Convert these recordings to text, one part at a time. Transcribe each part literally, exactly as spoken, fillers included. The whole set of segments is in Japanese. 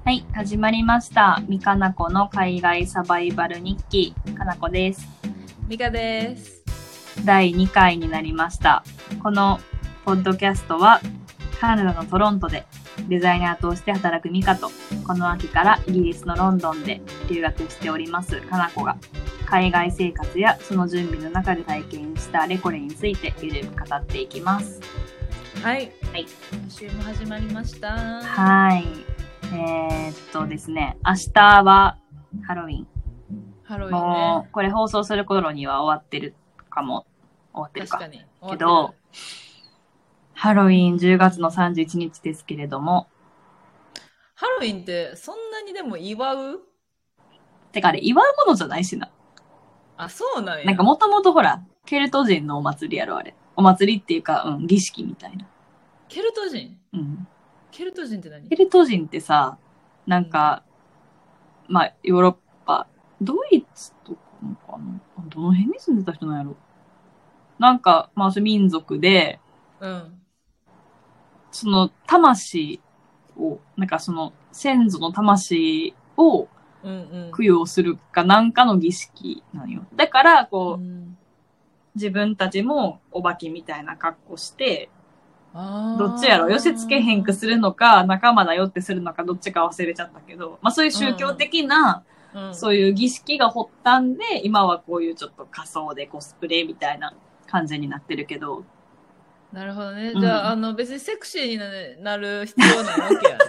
はい、始まりました。みかなこの海外サバイバル日記。かなこです。 みかです。 だいにかいになりました。このポッドキャストはカナダのトロントでデザイナーとして働くみかと、この秋からイギリスのロンドンで留学しておりますかなこが、海外生活やその準備の中で体験したあれこれについてゆるく語っていきます。 はい。 はい。 今週も始まりました。 はい。えー、っとですね、明日はハロウィン。 ハロウィンね。 もうこれ放送する頃には終わってるかも。終わってるか。 確かに。 けど、ハロウィンじゅうがつのさんじゅういちにちですけれども。 ハロウィンってそんなにでも祝う？ てかあれ祝うものじゃないしな。 あ、そうなんや。 なんかもともとほら、ケルト人のお祭りやろあれ。お祭りっていうか、うん、儀式みたいな。 ケルト人？ うん。 ケルト人って何？ ケルト人ってさ、なんか、うん、まあ、ヨーロッパ、ドイツとかのかな？どの辺に住んでた人なんやろ？なんか、まあ、民族で、 うん。 その魂を、なんかその先祖の魂を供養するかなんかの儀式なんよ。だから、こう、うん、自分たちもお化けみたいな格好して、どっちやろ寄せ付けへんくするのか、仲間だよってするのか、どっちか忘れちゃったけど、まあそういう宗教的な、うんうん、そういう儀式が発端で、今はこういうちょっと仮装でコスプレみたいな感じになってるけど。 なるほどね。じゃあ、うん、あの、別にセクシーになる必要ないわけやね。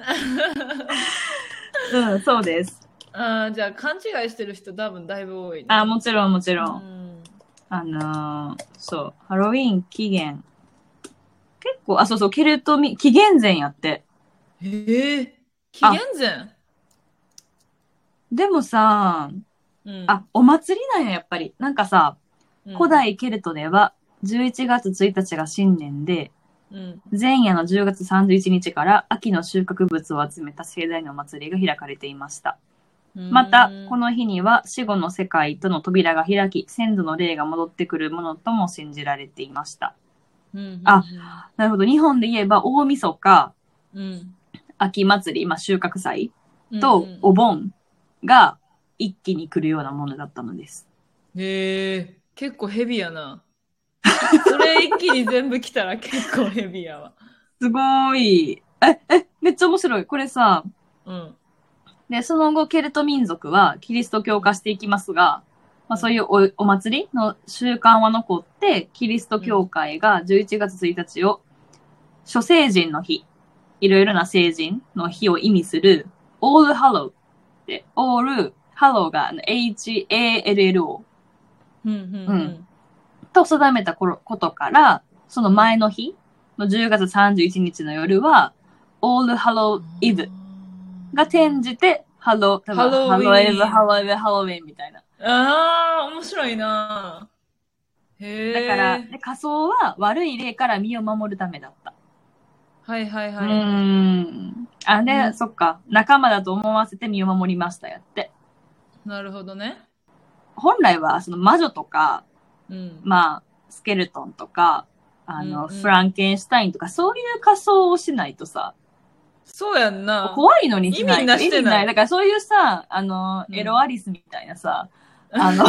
うん、そうです。 あじゃあ、勘違いしてる人多分だいぶ多い、ね。 あもちろんもちろん。うん、あのー、そう、ハロウィン期限。結構、あ、そうそう、ケルトミ、紀元前やって。 へえ、紀元前？ でもさ、うん、あ、お祭りなんや、やっぱり。なんかさ、うん、古代ケルトでは、じゅういちがつついたちが新年で、うん、前夜のじゅうがつさんじゅういちにちから秋の収穫物を集めた盛大なお祭りが開かれていました。また、この日には死後の世界との扉が開き、先祖の霊が戻ってくるものとも信じられていました。うんうんうん、あ、なるほど。日本で言えば大晦日、うん、秋祭り、まあ、収穫祭とお盆が一気に来るようなものだったのです。 へえ、結構ヘビやな。それ一気に全部来たら結構ヘビやわ。 すごい。え、え、めっちゃ面白い。これさ、うん。で、その後、ケルト民族はキリスト教化していきますが、まあ、そういうお、お祭りの習慣は残って、キリスト教会がじゅういちがつついたちを、諸聖人の日、いろいろな聖人の日を意味する、All Hallow で、All Hallow が エイチエーエルエルオー、うんうんうん、と定めたことから、その前の日のじゅうがつさんじゅういちにちの夜は、All Hallow Eve が転じて、ハロー、ハローエブ、ハローエブ、ハロウィンみたいな。 ああ、面白いな。へえ。 だから、で仮装は悪い霊から身を守るためだった。 はいはいはい。 うーん。あ、で、うん、そっか。仲間だと思わせて身を守りましたやって。 なるほどね。 本来は、その魔女とか、うん、まあ、スケルトンとか、あの、うんうん、フランケンシュタインとか、そういう仮装をしないとさ、 そうやんな。 怖いのにしない。 意味なしてない。 だからそういうさ、あの、うん、エロアリスみたいなさ、あの、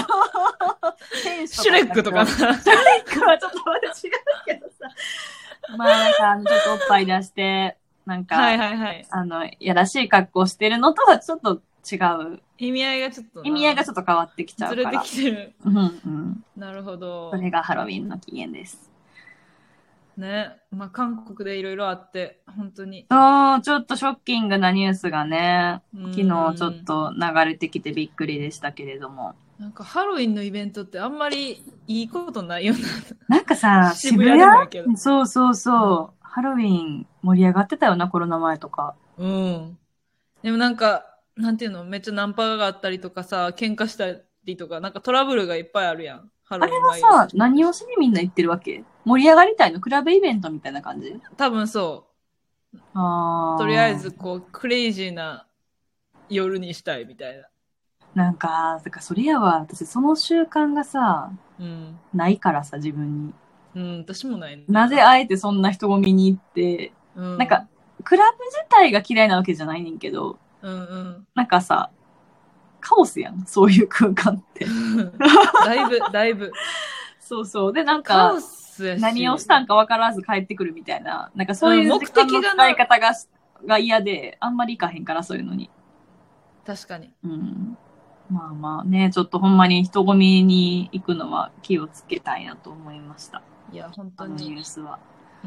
シュレックとかな。 シュレックはちょっとまた違うけどさ。まあなんか、ちょっとおっぱい出して、なんか、 はいはいはい。 あの、やらしい格好してるのとはちょっと違う。 意味合いがちょっと。 意味合いがちょっと変わってきちゃうから。 ずれてきてる。 うんうん。 なるほど。 それがハロウィンの起源です。 ね、まあ韓国でいろいろあって本当にそうちょっとショッキングなニュースがね昨日ちょっと流れてきてびっくりでしたけれども、 なんかハロウィンのイベントってあんまりいいことないよななんかさ渋谷でもいいけどそうそうそう、うん、ハロウィン盛り上がってたよなコロナ前とか。 うんでもなんかなんていうのめっちゃナンパがあったりとかさ喧嘩したりとかなんかトラブルがいっぱいあるやん。 あれはさ、何をしにみんな行ってるわけ？盛り上がりたいの？クラブイベントみたいな感じ？ 多分そう。あとりあえずこうクレイジーな夜にしたいみたいな。 なんか、だからそれやわ、私その習慣がさ、うん、ないからさ、自分に。 うん、私もない、ね。 なぜあえてそんな人混みに行って、うん、なんか、 クラブ自体が嫌いなわけじゃないねんけど、 うんうん。 なんかさ、カオスやん、そういう空間って。 だいぶ、だいぶ。 そうそう。で、なんか、 カオスやし。 何をしたんか分からず帰ってくるみたいな、なんかそういう時間の使い方が、うん、が嫌で、あんまり行かへんから、そういうのに。 確かに。 うん。まあまあね、ちょっとほんまに人混みに行くのは気をつけたいなと思いました。 いや、本当に。 ニュースは。 うん。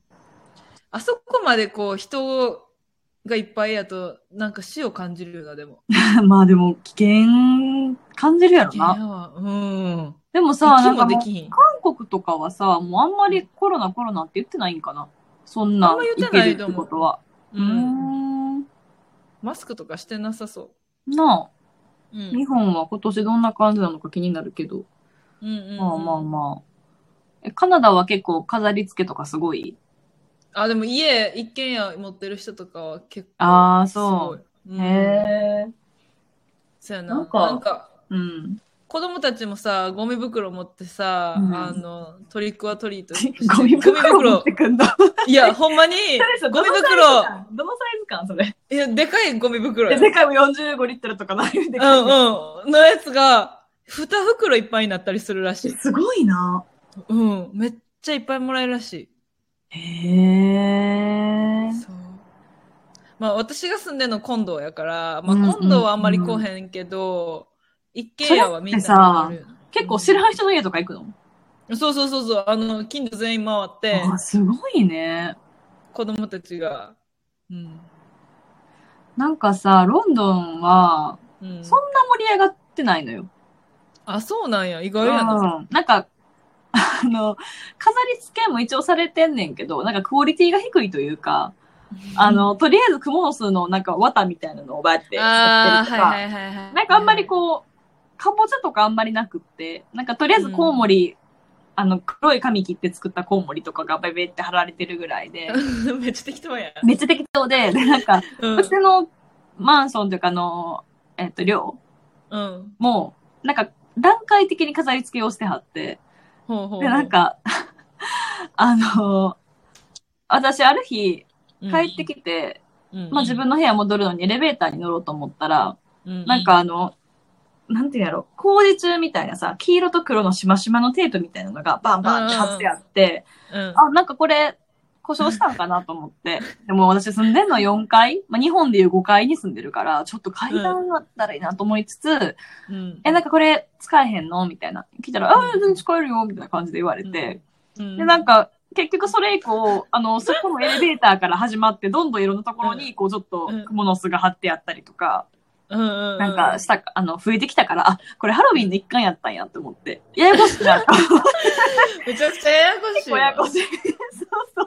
あそこまでこう、人がいっぱいやと、なんか死を感じるよな、でも。 まあでも、危険感じるやろな。 うん。 でもさ、なんかもう、韓国とかはさ、もうあんまりコロナコロナって言ってないんかな。そんな、いけるってことは。 うん。マスクとかしてなさそう。 なあ。うん、日本は今年どんな感じなのか気になるけど。 うんうんうん、 まあまあまあ。え、カナダは結構飾り付けとかすごい？ あ、でも家、一軒家持ってる人とかは結構。 ああ、そう。うん、へえ。 そうやな。なんか、なんかうん。 子供たちもさ、ゴミ袋持ってさ、うん、あの、トリックはトリートして。 ゴミ袋持ってくんだ。 いや、ほんまに、ゴミ袋。 どのサイズ感それ。 いや、でかいゴミ袋や。でかいよんじゅうごリットルとかなるでかい。うんうん。のやつが、に袋いっぱいになったりするらしい。 すごいな。 うん。めっちゃいっぱいもらえるらしい。 へえ。 そう。まあ私が住んでるのコンドやから、まあコンドはあんまり来へんけど、うんうん、一軒家はみんなある。 結構知らない人の家とか行くの？ うん、そうそうそうそう。あの、近所全員回って。 あ、すごいね。 子供たちが。うん。 なんかさ、ロンドンは、そんな盛り上がってないのよ。うん、 あ、そうなんや。意外やな。 うん。なんか、あの、飾り付けも一応されてんねんけど、なんかクオリティが低いというか、あの、とりあえずクモの巣のなんか綿みたいなのをバーって使ってるとか、なんかあんまりこう、かぼちゃとかあんまりなくって、なんかとりあえずコウモリ、うん、あの、黒い紙切って作ったコウモリとかがベベって貼られてるぐらいで。 めっちゃ適当や。 めっちゃ適当で、で、なんか、うん、うちのマンションというかあの、えっと、寮、うん、もう、なんか、段階的に飾り付けをしてはって、ほうほうほうで、なんか、あの、私ある日、帰ってきて、うん、まあ自分の部屋戻るのにエレベーターに乗ろうと思ったら、うん、なんかあの、なんていうんやろ、工事中みたいなさ、黄色と黒のしましまのテープみたいなのがバンバンって貼ってあって、うん、あ、なんかこれ、故障したんかなと思って。でも私住んでんのよんかい、まあ、日本でいうごかいに住んでるから、ちょっと階段だったらいいなと思いつつ、うん、え、なんかこれ使えへんのみたいな。聞いたら、あ、全然使えるよみたいな感じで言われて。うん、で、なんか、結局それ以降、あの、そこのエレベーターから始まって、どんどんいろんなところに、こう、ちょっと、クモの巣が貼ってあったりとか、なんか、した、あの、増えてきたから、あ、これハロウィンの一環やったんやって思って。ややこしいな。 めちゃくちゃややこしい。 結構ややこしい。そうそう。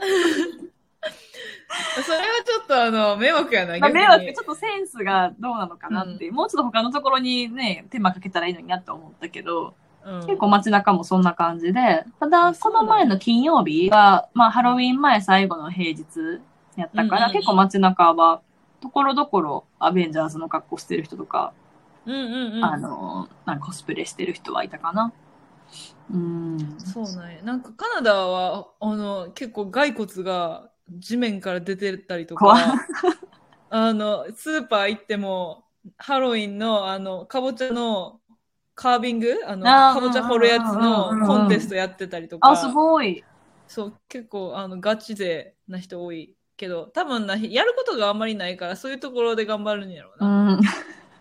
それはちょっとあの、迷惑やな、 まあ、迷惑、ちょっとセンスがどうなのかなって、うん、もうちょっと他のところにね、手間かけたらいいのになって思ったけど、うん、結構街中もそんな感じで、ただ、この前の金曜日が、まあ、ハロウィン前最後の平日やったから、うんうん、結構街中は、ところどころアベンジャーズの格好してる人とか、うんうんうん、あの、なんかコスプレしてる人はいたかな。 うん。そうなんや。なんかカナダは、あの、結構骸骨が地面から出てたりとか、あの、スーパー行っても、ハロウィンの、あの、かぼちゃのカービングあの、かぼちゃ掘るやつのコンテストやってたりとか。 あ、すごい。 そう、結構、あの、ガチ勢な人多いけど、多分な、やることがあんまりないから、そういうところで頑張るんやろうな。うん、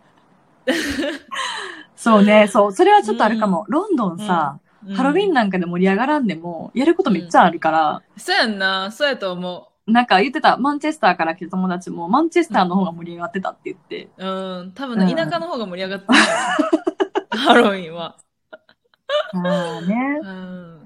そうね、そう、それはちょっとあるかも。うん、ロンドンさ、うん、ハロウィンなんかで盛り上がらんでも、やることめっちゃあるから。 うん、そうやんな、そうやと思う。なんか言ってた、マンチェスターから来た友達も、マンチェスターの方が盛り上がってたって言って。 うん、うん、多分、ね、田舎の方が盛り上がってない、うん、ハロウィンは。 ああね。うん、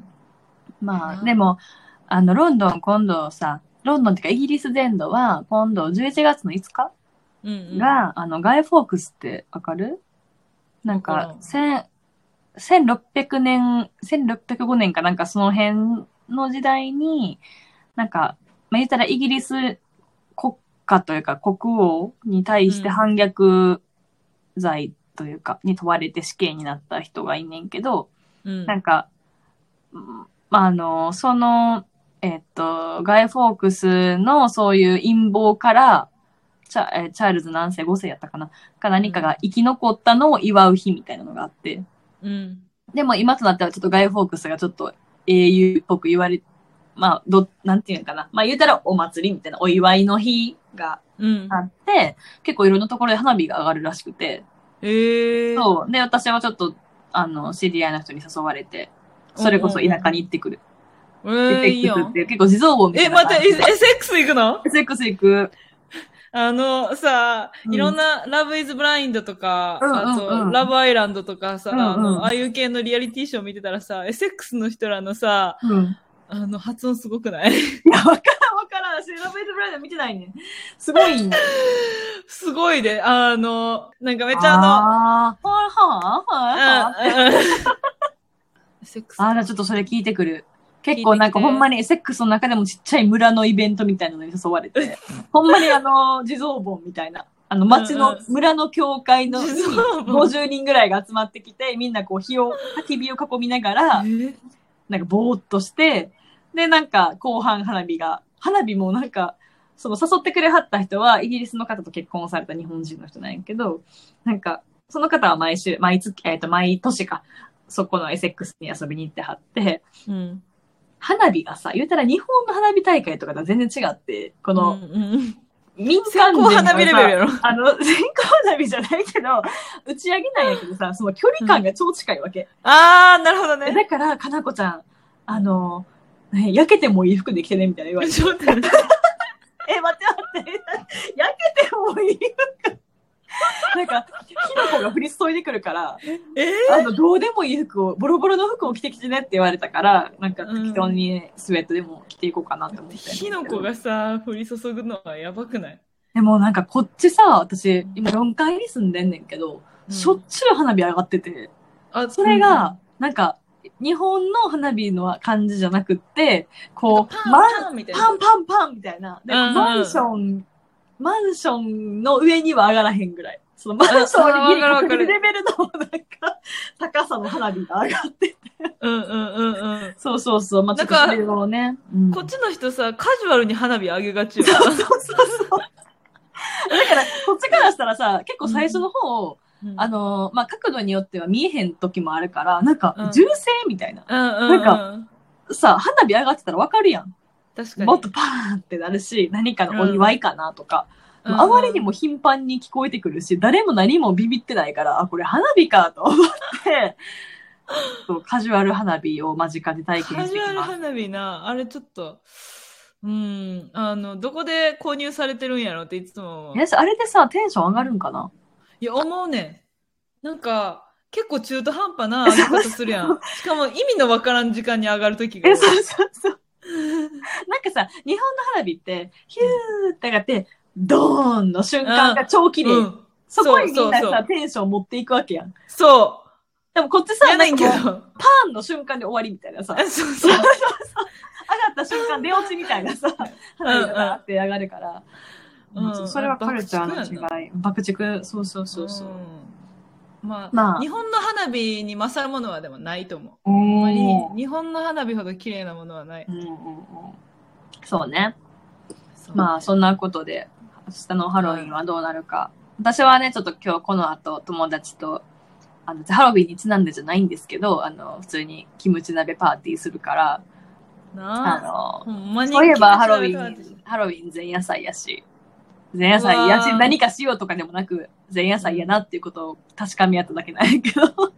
まあ、でも、あの、ロンドン今度さ、ロンドンっていうかイギリス全土は、今度じゅういちがつのいつかが、うんうん、あの、ガイ・フォークスってわかる？なんか、せんろっぴゃくねん、せんろっぴゃくごねんかなんかその辺の時代に、なんか、まあ、言ったらイギリス国家というか国王に対して反逆罪というか、に問われて死刑になった人がいんねんけど、うん、なんか、まあ、あの、その、 えっと、ガイ・フォークスのそういう陰謀から、チャえチャールズ何世、ご世やったかなか何かが生き残ったのを祝う日みたいなのがあって。 うん。 でも今となってはちょっとガイ・フォークスがちょっと英雄っぽく言われ、まあ、ど、なんていうのかな。まあ言うたらお祭りみたいなお祝いの日があって、うん、結構いろんなところで花火が上がるらしくて。 へー。 そう。で、私はちょっと、あの、知り合いの人に誘われて、それこそ田舎に行ってくる。 えー、いいやん。 結構地蔵盆みたいな。え、待って、エスエックス 行くの ?エスエックス 行く。 あのさ、うん、いろんな、ラブイズブラインドとか、うんうんうん、あと、ラブアイランドとかさ、うんうん、あの、ああいう系のリアリティショー見てたらさ、エスエックス の人らのさ、うん、あの、発音すごくない？いや、わからんわからん。私、ラブイズブラインド見てないね。すごいね。 すごいで、あの、なんかめっちゃあの、 あー、はぁ、はぁ、はぁ、はぁ。あら、ちょっとそれ聞いてくる。結構なんかほんまにセックスの中でもちっちゃい村のイベントみたいなのに誘われて、ほんまにあの、地蔵盆みたいな、あの町の、村の教会のごじゅうにんぐらいが集まってきて、みんなこう火を、焚き火を囲みながら、なんかぼーっとして、でなんか後半花火が、花火もなんか、その誘ってくれはった人はイギリスの方と結婚された日本人の人なんやけど、なんか、その方は毎週、毎月、えっと、毎年か、そこのエセックスに遊びに行ってはって、うん花火がさ、言うたら日本の花火大会とかとは全然違って、この、うんうん、民間人がさ、 花火レベルやろあの、線香花火じゃないけど、打ち上げないんやけどさ、その距離感が超近いわけ。 うん、あー、なるほどね。 だから、かなこちゃん、あの、ね、焼けてもいい服で着てね、みたいな言われて。え、待って待って。焼けてもいい服なんか、火の粉が降り注いでくるから、えー、あの、どうでもいい服を、ボロボロの服を着てきてねって言われたから、なんか適当にスウェットでも着ていこうかなって思って、うん。 火の粉がさ、降り注ぐのはやばくない？ でもなんかこっちさ、私、今よんかいに住んでんねんけど、うん、しょっちゅう花火上がってて、あそれが、なんか、日本の花火の感じじゃなくって、こう、パンパンみたいな。パンパンパンみたいな。で、マンション、マンションの上には上がらへんぐらい。そのマンションにギリかるレベルのなんか高さの花火が上がってて。 うんうんうんうん。 そうそうそう。まあ、ちょっとそれをね、 うん。こっちの人さ、カジュアルに花火上げがちよ。 そうそうそうそう。だから、こっちからしたらさ、結構最初の方、うん、あの、まあ、角度によっては見えへん時もあるから、なんか、銃声みたいな。うん、なんか、さ、花火上がってたらわかるやん。 確かに。 もっとパーンってなるし、何かのお祝いかなとか。うん、あまりにも頻繁に聞こえてくるし、誰も何もビビってないから、あ、これ花火かと思って、そうカジュアル花火を間近で体験してきます。 カジュアル花火な、あれちょっと、うん、あの、どこで購入されてるんやろっていつも。 え、あれでさ、テンション上がるんかな？ いや、思うねん。なんか、結構中途半端な上げ方するやん。しかも意味のわからん時間に上がるときが。 え、そうそうそう。なんかさ、日本の花火って、ヒューって上がって、ドーンの瞬間が超綺麗。うん、そこにみんなさそうそうそう、テンション持っていくわけやん。 そう。 でもこっちさ、 ないけど、パーンの瞬間で終わりみたいなさ。そうそうそう。上がった瞬間、出落ちみたいなさ、花火がバーって上がるから。うんうん、それはカルチャーの違い。爆竹、そうそうそうそう。うんまあ、まあ、日本の花火に勝るものはでもないと思う。ほんまに日本の花火ほど綺麗なものはない。うんうんうん、 そうね。そうまあ、そんなことで、明日のハロウィンはどうなるか。私はね、ちょっと今日この後友達と、あの、ハロウィンにちなんでじゃないんですけど、あの、普通にキムチ鍋パーティーするから、なあ、あの、そういえばハロウィン、ハロウィン前夜祭やし、前夜祭やし、何かしようとかでもなく、前夜祭やなっていうことを確かめ合っただけなんやけど。そう。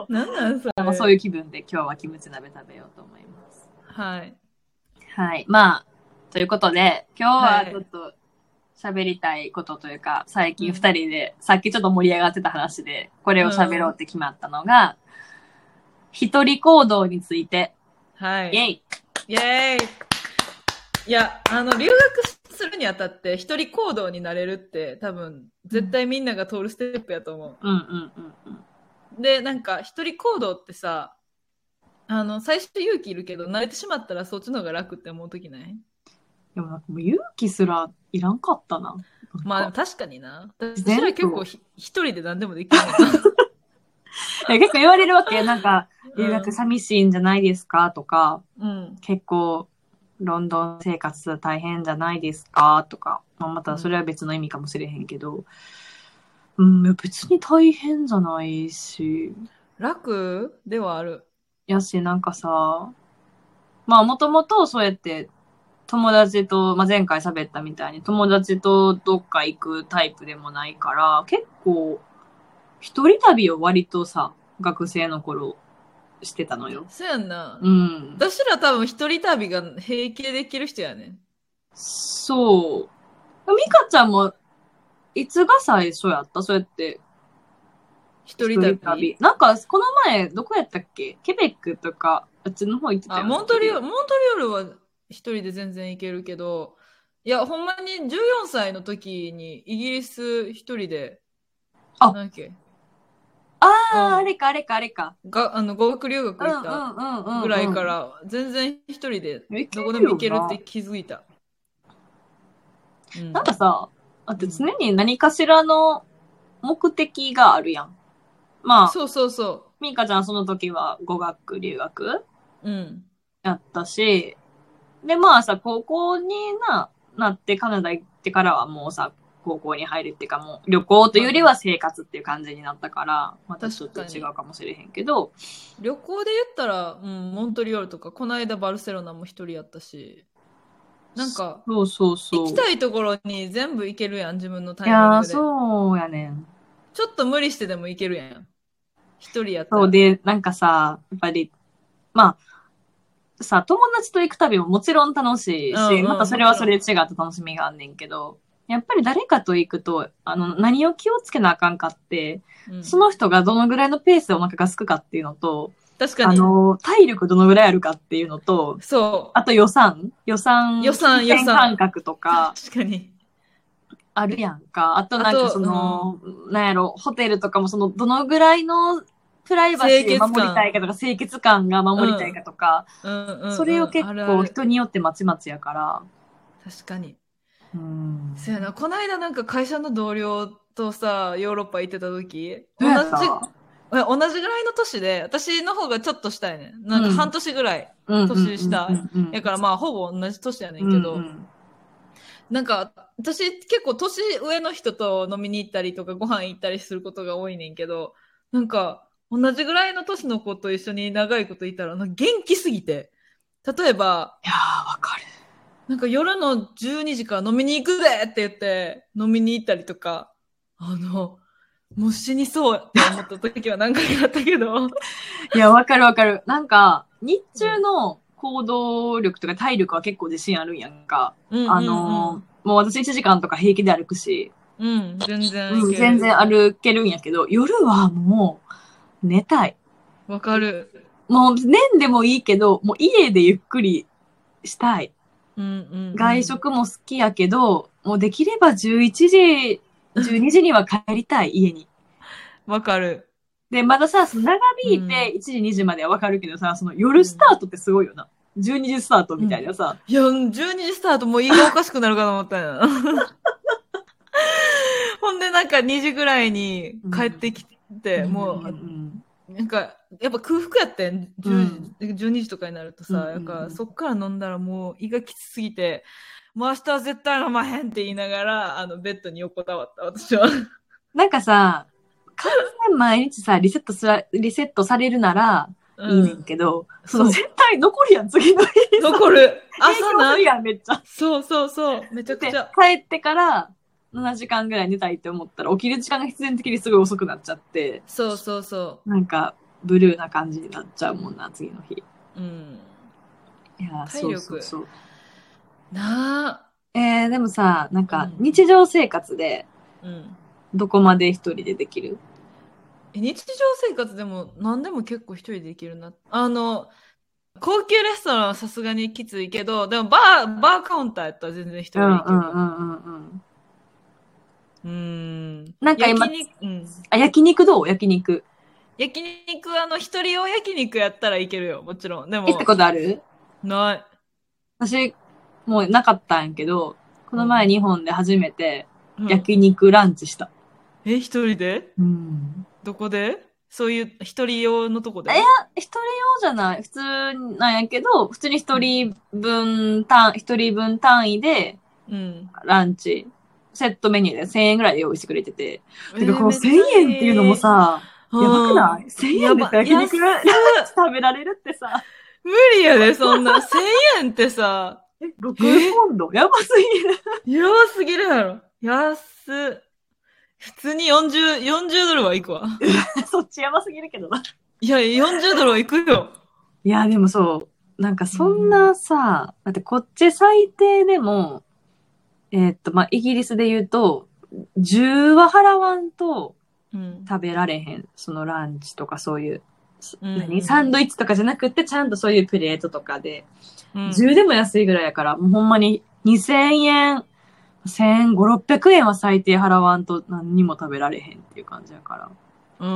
なんなんそれ。 そういう気分で今日はキムチ鍋食べようと思います。 はい。 はい。まあ、ということで、今日はちょっと喋りたいことというか、はい、最近二人で、うん、さっきちょっと盛り上がってた話で、これを喋ろうって決まったのが、うん、一人行動について。 はい。 イェイイェイいや、あの、留学するにあたって一人行動になれるって多分、絶対みんなが通るステップやと思う。 うんうんうんうん。で、なんか一人行動ってさ、あの、最初勇気いるけど、慣れてしまったらそっちの方が楽って思うときない？ でもなんかもう勇気すらいらんかったな。 まあ確かにな。私ら結構一人で何でもできるな。 結構言われるわけ。なんか、留学寂しいんじゃないですかとか、うん、結構、ロンドン生活大変じゃないですかとか、まあ、またそれは別の意味かもしれへんけど、うん、うん、別に大変じゃないし。 楽ではある。 やし、なんかさ、まあもともとそうやって友達と、まあ、前回喋ったみたいに友達とどっか行くタイプでもないから、結構、一人旅を割とさ、学生の頃してたのよ。 そうやんな。 うん。 私ら多分一人旅が平気でできる人やね。 そう。ミカちゃんも、いつが最初やったそうやって。 一人旅旅なんか、この前、どこやったっけケベックとか、あっちの方行ってたよ、 ね。あ、モントリオール、モントリオールは一人で全然行けるけど、いや、ほんまにじゅうよんさいの時にイギリス一人で、 あ、 なんだっけああ、うん、あれか、あれか、あれか。 が、あの、語学留学行ったぐらいから、全然一人でどこでも行けるって気づいた。 うん、なんかさ、だって常に何かしらの目的があるやん。まあ、 そうそうそう。 ミカちゃんその時は語学留学うん。 やったし、で、まあさ、高校にな、なってカナダ行ってからはもうさ、高校に入るっていうかもう旅行というよりは生活っていう感じになったから、またちょっと違うかもしれへんけど。 旅行で言ったら、うん、モントリオールとか、この間バルセロナも一人やったし、なんか、 そうそうそう。 行きたいところに全部行けるやん、自分のタイミングで。いやそうやねん。 ちょっと無理してでも行けるやん。一人やったら。そうで、なんかさ、やっぱり、まあ、さ、友達と行く旅ももちろん楽しいし、うんうん、またそれはそれで違った楽しみがあんねんけど、やっぱり誰かと行くと、あの、何を気をつけなあかんかって、うん、その人がどのぐらいのペースでお腹が空くかっていうのと、 確かに。 あの、体力どのぐらいあるかっていうのと、 そう。 あと予算予算、 予算、予算。 感覚とか。 確かに。 あるやんか。あとなんかその、うん、なんやろ、ホテルとかもその、どのぐらいのプライバシーを守りたいかとか、清潔感が守りたいかとか、うんうんうん、それを結構人によってまちまちやから。 確かに。 うん。 そうやな、この間なんか会社の同僚とさ、ヨーロッパ行ってた時、同じ、同じぐらいの年で、私の方がちょっと下やねん。なんか半年ぐらい年下。やからまあほぼ同じ年やねんけど、うんうん、なんか私結構年上の人と飲みに行ったりとかご飯行ったりすることが多いねんけど、なんか同じぐらいの年の子と一緒に長いこといたら元気すぎて、例えば、 いやーわかる。 なんか夜のじゅうにじから飲みに行くぜって言って飲みに行ったりとか、あの、もう死にそうって思った時は何回かあったけど。 いや、わかるわかる。なんか、日中の行動力とか体力は結構自信あるんやんか。うんうんうん、あの、もう私いちじかんとか平気で歩くし。 うん、全然、 うん、全然歩けるんやけど、夜はもう寝たい。 わかる。 もう寝んでもいいけど、もう家でゆっくりしたい。 うんうんうん、 外食も好きやけど、もうできればじゅういちじ、じゅうにじには帰りたい、家に。 わかる。 で、まださ、その長引いていちじ、にじまではわかるけどさ、その夜スタートってすごいよな。じゅうにじスタートみたいなさ。 うん、いや、じゅうにじスタートもう胃がおかしくなるかと思ったよ。ほんでなんかにじぐらいに帰ってきて、うん、もう、うん、なんか、やっぱ空腹やってん、じゅうじ、うん、じゅうにじとかになるとさ、なんかそっから飲んだらもう胃がきつすぎて、もう明日は絶対飲まへんって言いながら、あの、ベッドに横たわった、私は。 なんかさ、完全毎日さ、リセットすら、リセットされるなら、いいねんけど、うん、その絶対残るやん、次の日。 残る。朝な。 やん、めっちゃ。 そうそうそう、めちゃくちゃ。 帰ってから、ななじかんぐらい寝たいって思ったら、起きる時間が必然的にすごい遅くなっちゃって。 そうそうそう。 なんか、ブルーな感じになっちゃうもんな、次の日。 うん。 いや、体力。そうそうそう。 なあ。 えー、でもさ、なんか、日常生活で、うん。どこまで一人でできる？ え、日常生活でも何でも結構一人でできるな。あの、高級レストランはさすがにきついけど、でもバー、バーカウンターやったら全然一人で行ける。うんうんうんうん。うん。 なんか今、焼肉、うん、あ、焼肉どう？焼肉。 焼肉、あの、一人用焼肉やったらいけるよ、もちろん。でも。 行ったことある？ ない。 私、もうなかったんやけど、この前日本で初めて焼肉ランチした。 うん、え、一人で？ うん。 どこで？ そういう一人用のとこで。 いや、一人用じゃない。普通なんやけど、普通に一人分単、一人分単位で、うん。ランチ、セットメニューでせんえんぐらいで用意してくれてて。えー、てか、こうせんえんっていうのもさ、やばくない ?せん 円でさ、焼肉食べられるってさ。 無理やで、そんな。せんえんってさ。 え、ろくポンドやばすぎる。やばすぎるやろ。安っ。普通によんじゅう、よんじゅうドルは行くわ。 そっちやばすぎるけどな。 いや、よんじゅうドルは行くよ。 いや、でもそう。なんかそんなさ、うん、だってこっち最低でも、えー、っと、まあ、イギリスで言うと、じゅうは払わんと食べられへん。うん、そのランチとかそういう、うん、何サンドイッチとかじゃなくて、ちゃんとそういうプレートとかで、うん、じゅうでも安いぐらいやから、もうほんまににせんえん、せんごひゃく、ろっぴゃくえんは最低払わんと何にも食べられへんっていう感じやから。うん。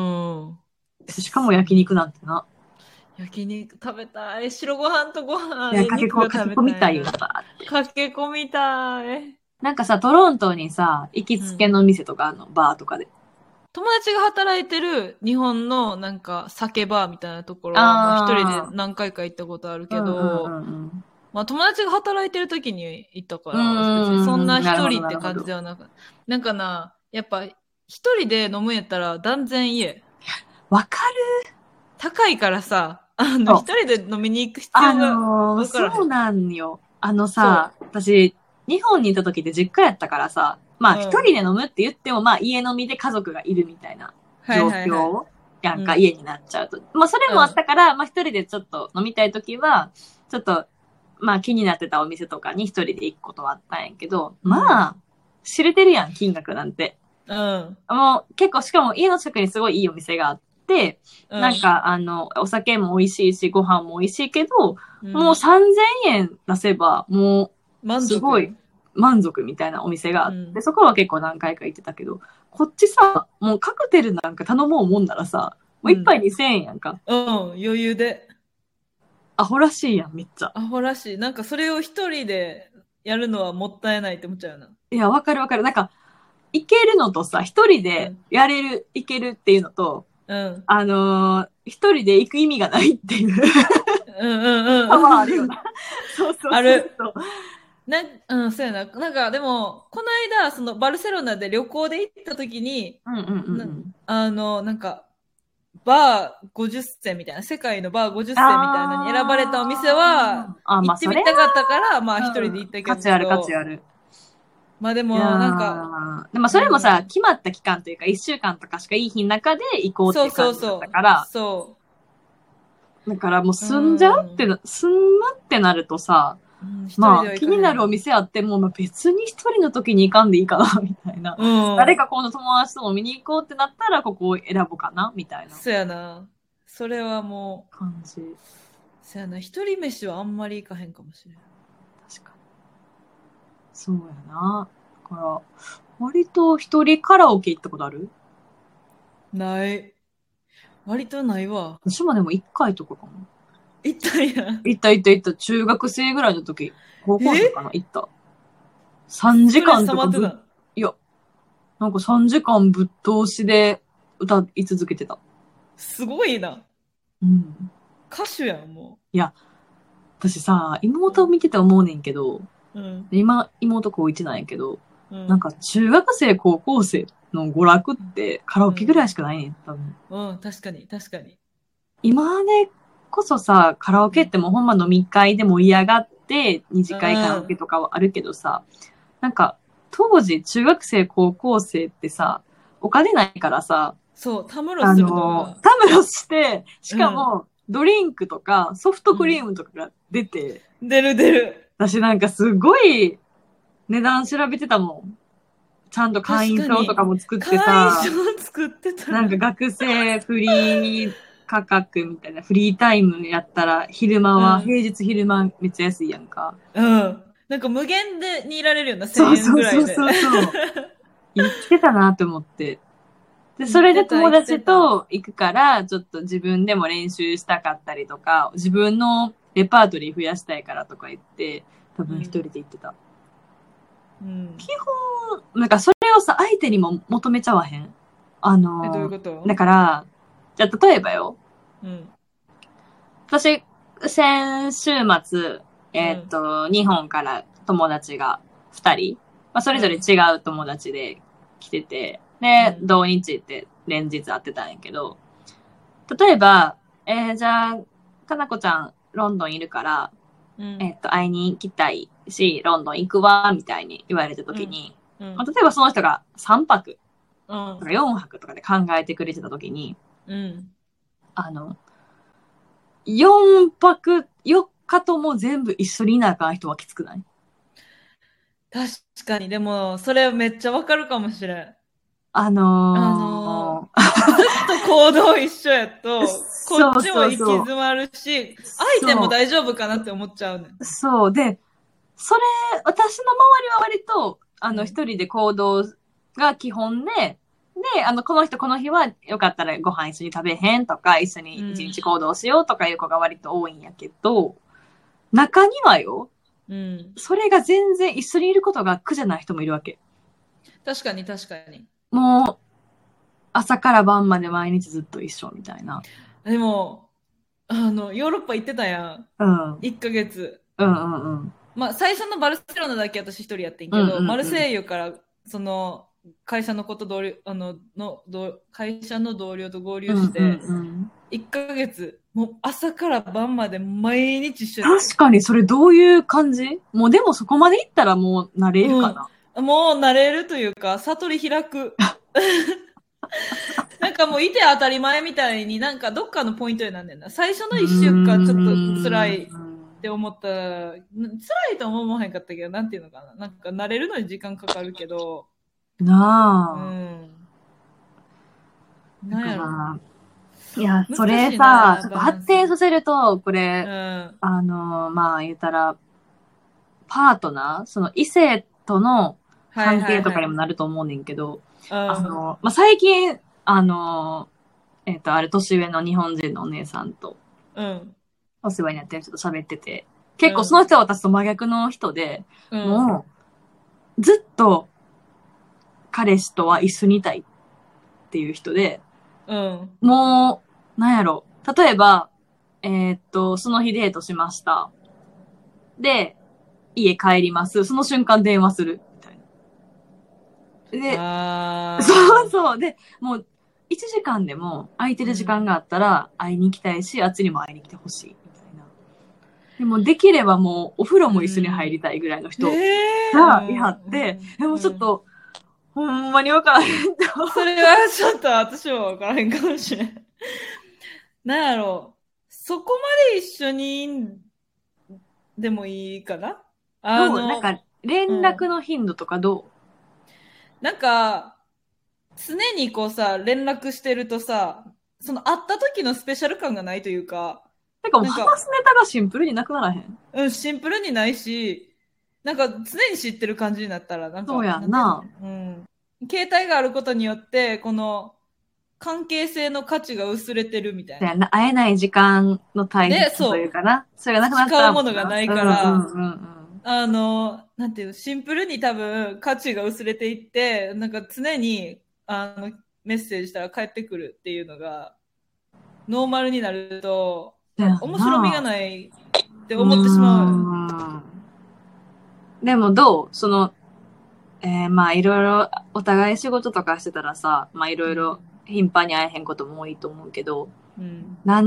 しかも焼肉なんてな。 焼肉食べたい。白ご飯とご飯。 いや、駆け込みたいよ、ばーって。駆け込みたい。 なんかさ、トロントにさ、行きつけの店とかあるの、うん、バーとかで。 友達が働いてる日本のなんか酒バーみたいなところは一人で何回か行ったことあるけど、うんうんうん、まあ友達が働いてる時に行ったから、別にそんな一人って感じではなく、なんかな、やっぱ一人で飲むんやったら断然家。 わかる。 高いからさ、あの、一人で飲みに行く必要が、あのー、そうなんよ。あのさ、私、日本にいた時って実家やったからさ、まあ一人で飲むって言っても、まあ家飲みで家族がいるみたいな状況やんか、家になっちゃうと。まあそれもあったから、まあ一人でちょっと飲みたい時は、ちょっと、まあ気になってたお店とかに一人で行くことはあったんやけど、まあ、知れてるやん、金額なんて。うん。もう結構、しかも家の近くにすごいいいお店があって、うん、なんか、あの、お酒も美味しいし、ご飯も美味しいけど、うん、もうさんぜんえん出せば、もう、すごい満足みたいなお店があって、うん、そこは結構何回か行ってたけど、こっちさ、もうカクテルなんか頼もうもんならさ、もう一杯にせんえんやんか。 うん、うん、余裕で。 アホらしいやん、めっちゃ。 アホらしい。なんかそれを一人でやるのはもったいないって思っちゃうな。 いや、わかるわかる。なんか、いけるのとさ、一人でやれる、い、うん、けるっていうのと、うん、あのー、一人で行く意味がないっていう。うんうんうん。パワーあるよな。そうそうそうそう。 ある。な、うん、そうやな。なんか、でも、この間、その、バルセロナで旅行で行った時に、うんうんうんうん、あの、なんか、バーごじゅっせんみたいな、世界のバーごじゅっせんみたいなのに選ばれたお店は、行ってみたかったから、まあ、一人で行ったけど。 価値ある、価値ある。 まあでも、なんか。 でもそれもさ、うん、決まった期間というか、一週間とかしかいい日の中で行こうって感じだったから。そうそうそう。そう。だからもう住んじゃうって、うん、住むってなるとさ、うん、まあ気になるお店あっても、まあ、別に一人の時に行かんでいいかな、みたいな。うん、誰か今度友達とも見に行こうってなったら、ここを選ぼうかな、みたいな。 そうやな。それはもう。感じ。 そうやな。一人飯はあんまり行かへんかもしれない。 確かに。そうやな。だから、割と一人カラオケ行ったことある？ ない。割とないわ。 私もでも一回とかかも。 行ったんや。 行った行った行った。中学生ぐらいの時。高校生かな行った。さんじかんとかぶ。いや、なんかさんじかんぶっ通しで歌い続けてた。 すごいな。 うん。 歌手やん、もう。 いや、私さ、妹を見てて思うねんけど、うん、今、妹高いちなんやけど、うん、なんか中学生、高校生の娯楽ってカラオケぐらいしかないねん、多分。 うん、確かに、確かに。 今でこそさ、カラオケってもうほんま飲み会で盛り上がって、二次会カラオケとかはあるけどさ、うん、なんか、当時中学生、高校生ってさ、お金ないからさ、 そう、たむろするのが。たむろして、しかも、ドリンクとかソフトクリームとかが出て、 うん、出る出る。 私なんかすごい値段調べてたもん。ちゃんと会員証とかも作ってさ、 会員証作ってた。 なんか学生フリー価格みたいな、フリータイムやったら昼間は、うん、平日昼間めっちゃ安いやんか。 うん。なんか無限でにいられるようなせんえんぐらいで。 そうそうそうそう。言ってたなと思って。で、それで友達と行くから、ちょっと自分でも練習したかったりとか、自分のレパートリー増やしたいからとか言って、多分一人で行ってた。うん、基本、なんかそれをさ、相手にも求めちゃわへん。あの、 え、どういうこと？ だから、 じゃあ、例えばよ。 うん。 私、先週末、えーっと、うん、日本から友達が二人、まあ、それぞれ違う友達で来てて、で、うん、同日って連日会ってたんやけど、例えば、えー、じゃあ、かなこちゃん、ロンドンいるから、うん、えーっと、会いに行きたいし、ロンドン行くわ、みたいに言われたときに、うんうん、まあ、例えばその人がさんぱくとかよんはくとかで考えてくれてたときに、うん、あの、よんぱく、よっかとも全部一緒にいなあかん人はきつくない？ 確かに、でも、それめっちゃわかるかもしれん。 あのー、 あのー、ずっと行動一緒やと、こっちも行き詰まるし、相手も大丈夫かなって思っちゃうね。 そう。で、それ、私の周りは割と、あの、一、うん、人で行動が基本で、で、あの、この人この日はよかったらご飯一緒に食べへんとか、一緒に一日行動しようとかいう子が割と多いんやけど、うん、中にはよ、うん、それが全然一緒にいることが苦じゃない人もいるわけ。 確かに確かに。 もう、朝から晩まで毎日ずっと一緒みたいな。 でも、あの、ヨーロッパ行ってたやん。うん。いっかげつ。うんうんうん。まあ、最初のバルセロナだけ私一人やってんけど、うんうんうん、マルセイユから、その、会社のこと同僚、あの、の、会社の同僚と合流して、うんうんうん、いっかげつ、もう朝から晩まで毎日一緒やって。確かに、それどういう感じ？もうでもそこまで行ったらもう慣れるかな、 うん、もう慣れるというか、悟り開く。なんかもういて当たり前みたいになんかどっかのポイントになんねんな。最初の一週間ちょっと辛いって思った。辛いとは思わへんかったけど、なんていうのかな。なんか慣れるのに時間かかるけど。 なあ。うん。なんやろ。いや、それさ、ちょっと発展させると、これ、うん、あの、まあ言ったら、パートナー、その異性との関係とかにもなると思うねんけど、はいはいはい、あの、まあ、最近、あの、えっと、ある年上の日本人のお姉さんと、うん。お世話になってる人と喋ってて、結構その人は私と真逆の人で、うん、もう、ずっと彼氏とは一緒にいたいっていう人で、うん。もう、なんやろ。例えば、えー、っと、その日デートしました。で、家帰ります。その瞬間電話する。みたいな。で、そうそう。で、もう、いちじかんでも空いてる時間があったら会いに行きたいし、うん、あっちにも会いに来てほしい。みたいな。でも、できればもう、お風呂も一緒に入りたいぐらいの人がいはって、うん、でもちょっと、うん、ほんまにわからへんと。 それはちょっと私もわからへんかもしれん。なんやろう。そこまで一緒にでもいいかな。 あの、どうなんか、連絡の頻度とかどう、うん、 なんか、常にこうさ、連絡してるとさ、その会った時のスペシャル感がないというか。 てかもう話すネタがシンプルになくならへん？ うん、シンプルにないし、なんか常に知ってる感じになったら、なんか。 そうやんな。 うん。携帯があることによって、この、関係性の価値が薄れてるみたいな。 な会えない時間の大切さというかな。それがなくなったら。 使うものがないから、うんうんうんうん、あの、なんていう、シンプルに多分価値が薄れていって、なんか常に、あの、メッセージしたら返ってくるっていうのが、ノーマルになると、面白みがないって思ってしまう。でもどうその、えー、まあいろいろお互い仕事とかしてたらさ、まあいろいろ頻繁に会えへんことも多いと思うけど、うん、なん、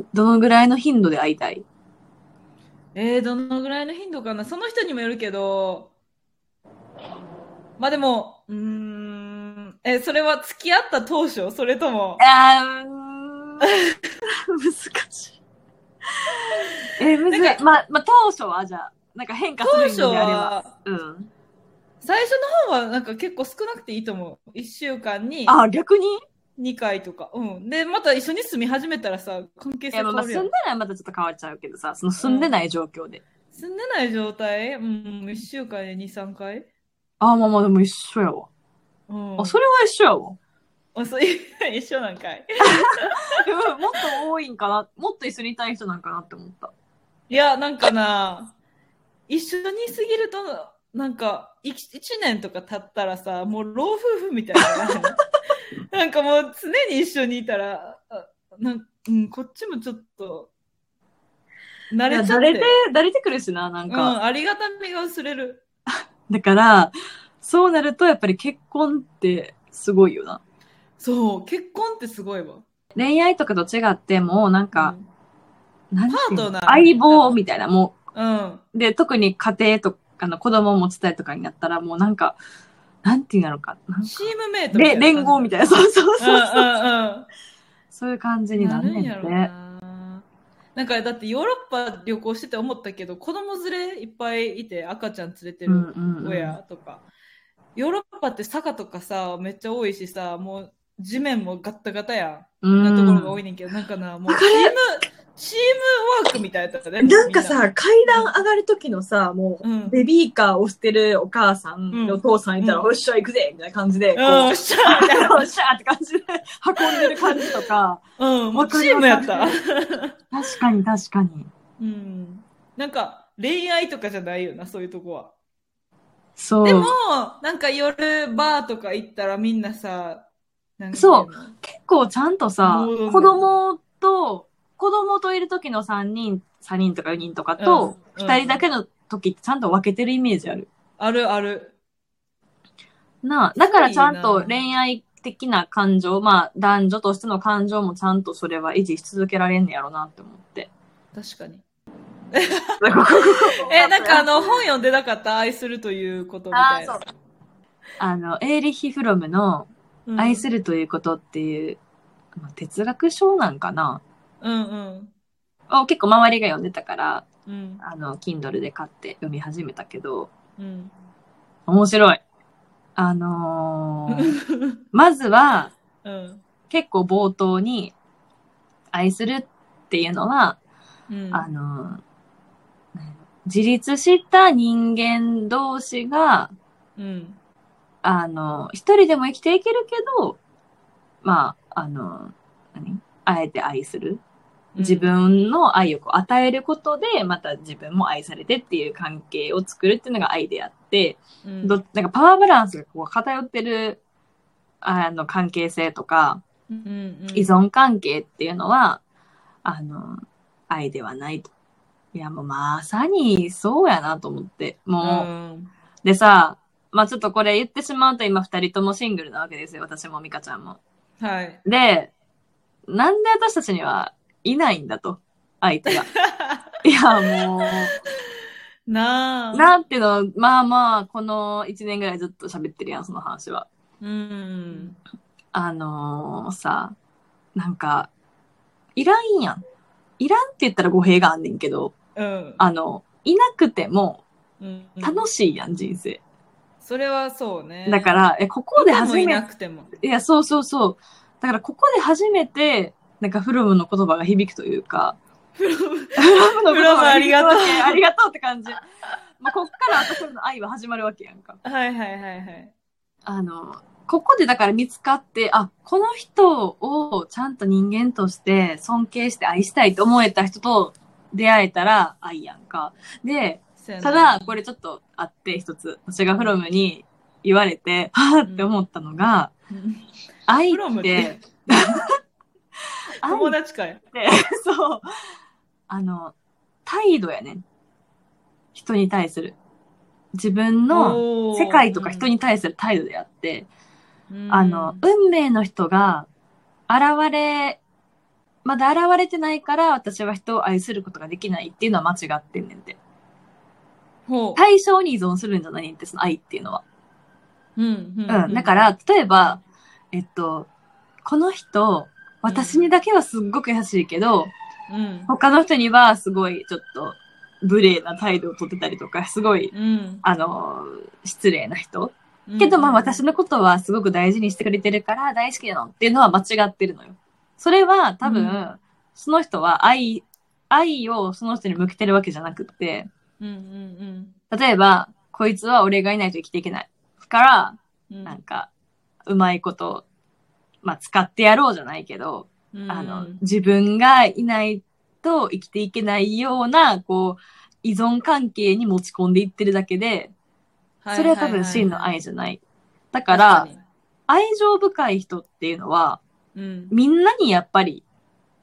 どのぐらいの頻度で会いたい？ えー、どのぐらいの頻度かな。その人にもよるけど、まあでも、うーん、え、それは付き合った当初それとも。 あー、難しい。えー、むずい。まあ、まあ当初はじゃあ、なんか変化するのであれば。うん。 最初の方はなんか結構少なくていいと思う。いっしゅうかんに。 あ、逆ににかいとか。うん。で、また一緒に住み始めたらさ、関係性変わるやん。 いや、まあ住んでないまたちょっと変わっちゃうけどさ、その住んでない状況で。 うん、住んでない状態うん、いっしゅうかんでに、さんかいあ、まあまあでも一緒やわ。うん。あ、それは一緒やわ。 あ、そう、一緒なんかい。 もっと多いんかな、もっと一緒にいたい人なんかなって思った。 いや、なんかな、一緒にいすぎると、なんか、一年とか経ったらさ、もう老夫婦みたいな。なんかもう常に一緒にいたら、 なん、うん、こっちもちょっと、慣れちゃって。 慣れて、慣れてくるしな、なんか。 うん、ありがたみが薄れる。 だから、そうなるとやっぱり結婚ってすごいよな。 そう、結婚ってすごいわ。 恋愛とかと違っても、なんか、うん、なんていうの、 パートナー。 相棒みたいな、もう。うん。 で、特に家庭とか、あの、子供を持ちたいとかになったら、もうなんか、なんていうのか。なんかチームメイトみたいな。 連合みたいな。そうそうそうそう。うんうんうん。 そういう感じになるんやろね。 なんかだってヨーロッパ旅行してて思ったけど、子供連れいっぱいいて赤ちゃん連れてる親とか、うんうんうん、ヨーロッパって坂とかさめっちゃ多いしさ、もう地面もガッタガタやんなところが多いねんけど、なんかな、もうチームチームワークみたいだったね。 なんかさ、階段上がる時のさ、もう、ベビーカー押してるお母さん、うん、お父さんいたら、おっしゃ行くぜみたいな感じで、こう、おっしゃみたいな、おっしゃって感じで運んでる感じとか。 うん、もうチームやった。 確かに確かに。 うん。なんか、恋愛とかじゃないよな、そういうとこは。 そう。 でも、なんか夜バーとか行ったらみんなさ、 なんかそう。結構ちゃんとさ、子供と、子供といる時のさんにん、さんにんとかよにんとかと、ふたりだけの時ってちゃんと分けてるイメージある。 あるある。 なあ、だからちゃんと恋愛的な感情、まあ男女としての感情もちゃんとそれは維持し続けられんねやろなって思って。 確かに。え、なんかあの本読んでなかった愛するということみたいな。あ、そう。 あの、エーリッヒ・フロムの愛するということっていう、うん、哲学書なんかな。 うんうん。 を結構周りが読んでたから、うん、あの、Kindle で買って読み始めたけど、うん、面白い。あのー、まずは、うん、結構冒頭に、愛するっていうのは、うん、あのー、自立した人間同士が、うん、あの、一人でも生きていけるけど、まあ、あの、何あえて愛する。自分の愛をこう与えることで、また自分も愛されてっていう関係を作るっていうのが愛であって、うん、どなんかパワーバランスがこう偏ってるあの関係性とか、うんうん、依存関係っていうのは、あの、愛ではないと。いや、もうまさにそうやなと思って。もう、うん、でさ、まあちょっとこれ言ってしまうと今二人ともシングルなわけですよ。私もミカちゃんも。 はい。 で、なんで私たちにはいないんだと。相手が。いや、もう。 なあ。 なんていうの、まあまあ、この一年ぐらいずっと喋ってるやん、その話は。 うん。 あのー、さ、なんか、いらんやん。いらんって言ったら語弊があんねんけど、うん、あの、いなくても、楽しいやん、人生。 それはそうね。 だから、え、ここで初めて。 いなくても。 いや、そうそうそう。だから、ここで初めて、なんか、フロムの言葉が響くというか、 フロム、フロムのありがとう。 ありがとうって感じ。まあ、こっから私の愛は始まるわけやんか。 はいはいはいはい。 あの、ここでだから見つかって、あ、この人をちゃんと人間として尊敬して愛したいと思えた人と出会えたら愛やんか。で、ただ、これちょっとあって一つ、私がフロムに言われて、はぁって思ったのが、うん、愛って、 友達かい。 そう。あの、態度やねん。人に対する。自分の世界とか人に対する態度であって、うん、あの、運命の人が現れ、まだ現れてないから私は人を愛することができないっていうのは間違ってんねんて。対象に依存するんじゃないねんって、その愛っていうのは。うん。うん。うん、だから、例えば、えっと、この人、私にだけはすっごく優しいけど、うん、他の人にはすごいちょっと無礼な態度をとってたりとか、すごい、うん、あの、失礼な人。けど、まあ私のことはすごく大事にしてくれてるから大好きなのっていうのは間違ってるのよ。それは多分、うん、その人は愛、愛をその人に向けてるわけじゃなくって、うんうんうん、例えば、こいつは俺がいないと生きていけない。から、うん、なんか、うまいこと、まあ使ってやろうじゃないけど、うん、あの、自分がいないと生きていけないような、こう、依存関係に持ち込んでいってるだけで、それは多分真の愛じゃない。だから、愛情深い人っていうのは、うん、みんなにやっぱり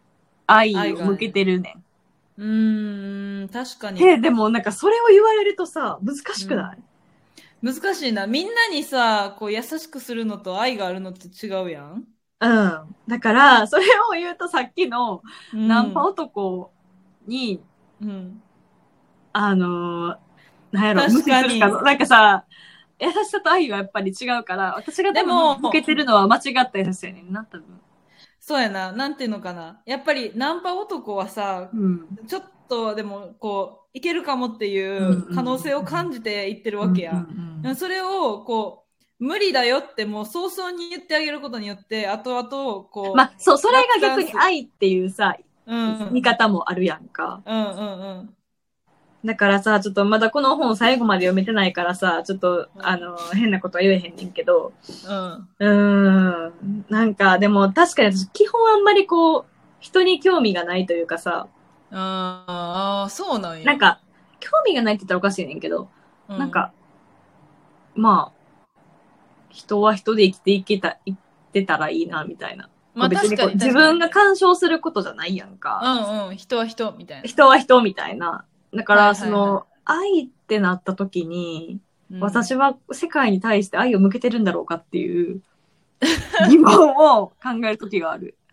愛を向けてるねん。 うーん、確かに。 で、でもなんかそれを言われるとさ、難しくない、 うん、難しいな。みんなにさ、こう優しくするのと愛があるのって違うやん。 うん。だから、それを言うとさっきのナンパ男に、うん、あのー、なんやろ、無視するかの。なんかさ、優しさと愛はやっぱり違うから、私が多分向けてるのは間違った優しさやねんな、多分。 そうやな。なんていうのかな。やっぱりナンパ男はさ、うん、ちょっとでもこう、いけるかもっていう可能性を感じて言ってるわけや。うんうんうん、それをこう、無理だよってもう早々に言ってあげることによって、後々こう。 まあ、そう、それが逆に愛っていうさ、うんうん、見方もあるやんか。 うんうんうん。 だからさ、ちょっとまだこの本最後まで読めてないからさ、ちょっと、あの、変なことは言えへんねんけど。うん。うーん。なんか、でも確かに私、基本あんまりこう、人に興味がないというかさ。 ああ、そうなんや。 なんか、興味がないって言ったらおかしいねんけど、うん、なんか、まあ、人は人で生きていけた、生きてたらいいな、みたいな。まあ別にこう自分が干渉することじゃないやんか。 うんうん。人は人、みたいな。 人は人、みたいな。だから、その、はいはいはい、愛ってなった時に、うん、私は世界に対して愛を向けてるんだろうかっていう疑問を考える時がある。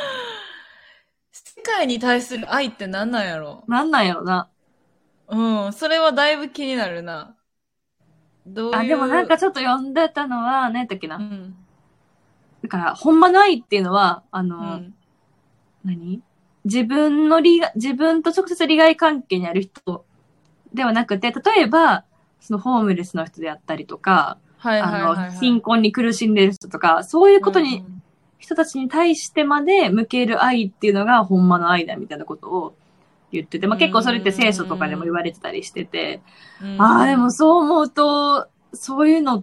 世界に対する愛って何なんやろ？ なんなんやろな。 うん、それはだいぶ気になるな。 どういうあ、でもなんかちょっと読んでたのは、何やったっけな。うん、だから、ほんまの愛っていうのは、あの、うん、何自分の利害、自分と直接利害関係にある人ではなくて、例えば、そのホームレスの人であったりとか、はいはいはいはい、あの、貧困に苦しんでる人とか、そういうことに、うん、人たちに対してまで向ける愛っていうのがほんまの愛だみたいなことを言ってて、まあ結構それって聖書とかでも言われてたりしてて、ああ、でもそう思うと、そういうのって、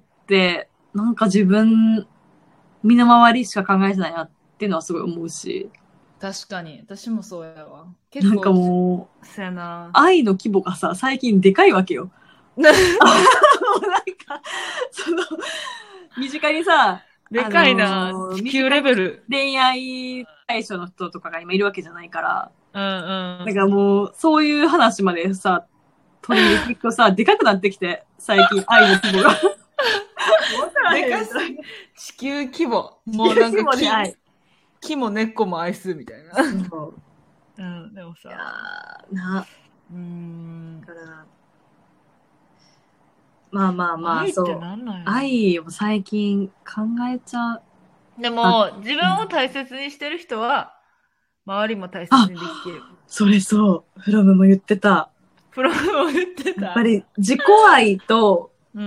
なんか自分、身の回りしか考えてないなっていうのはすごい思うし。 確かに。私もそうやわ。 結構なんかもう、 そうやな。 愛の規模がさ、最近でかいわけよ。なんか、その、身近にさ、 でかいな、あのー、地球レベル。 恋愛対象の人とかが今いるわけじゃないから。 うんうん。 だからもう、そういう話までさ、取り入れていくとさ、でかくなってきて、最近愛の規模が。 でかすぎ。地球規模。もうなんか木、木も根っこも愛すみたいな。そう。うん、でもさ。いやな。うーん。だからまあまあまあ、そう。愛を最近考えちゃう。 でも、自分を大切にしてる人は、周りも大切にできる。 それそう。フロムも言ってた。 フロムも言ってた。 やっぱり自己愛と、うん、